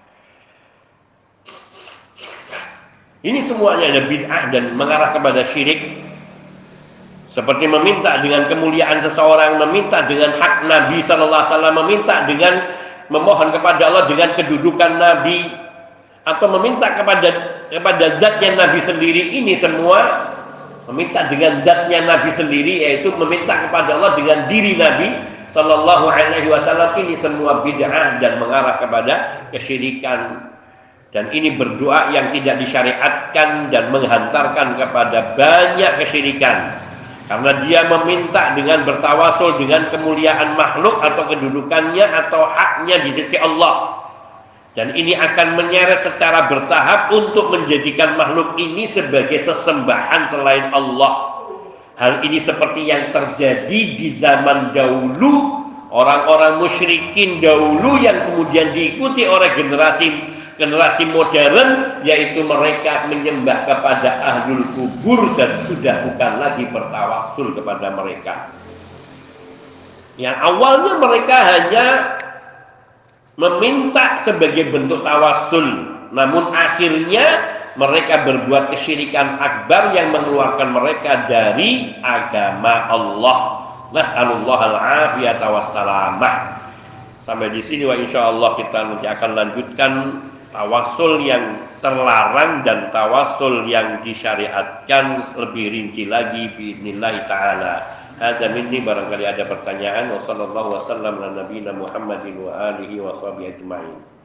Ini semuanya ada bid'ah dan mengarah kepada syirik. Seperti meminta dengan kemuliaan seseorang, meminta dengan hak Nabi Sallallahu Alaihi Wasallam, meminta dengan memohon kepada Allah dengan kedudukan Nabi, atau meminta kepada kepada zatnya Nabi sendiri. Ini semua meminta dengan zatnya Nabi sendiri, yaitu meminta kepada Allah dengan diri Nabi Sallallahu Alaihi Wasallam. Ini semua bid'ah dan mengarah kepada kesyirikan. Dan ini berdoa yang tidak disyariatkan dan menghantarkan kepada banyak kesyirikan. Karena dia meminta dengan bertawasul dengan kemuliaan makhluk atau kedudukannya atau haknya di sisi Allah. Dan ini akan menyeret secara bertahap untuk menjadikan makhluk ini sebagai sesembahan selain Allah. Hal ini seperti yang terjadi di zaman dahulu, orang-orang musyrikin dahulu yang kemudian diikuti oleh generasi generasi modern, yaitu mereka menyembah kepada ahlul kubur dan sudah bukan lagi bertawasul kepada mereka. Yang awalnya mereka hanya meminta sebagai bentuk tawasul, namun akhirnya mereka berbuat kesyirikan akbar yang mengeluarkan mereka dari agama Allah. Nas'alullah al-afiyata wassalamah. Sampai di sini wa insyaallah kita nanti akan lanjutkan tawasul yang terlarang dan tawasul yang disyariatkan lebih rinci lagi biidznillah taala. Hadza minni, barangkali ada pertanyaan. Wassallallahu wasallam ala nabiyina Muhammadin wa alihi wa sahbihi ajma'in.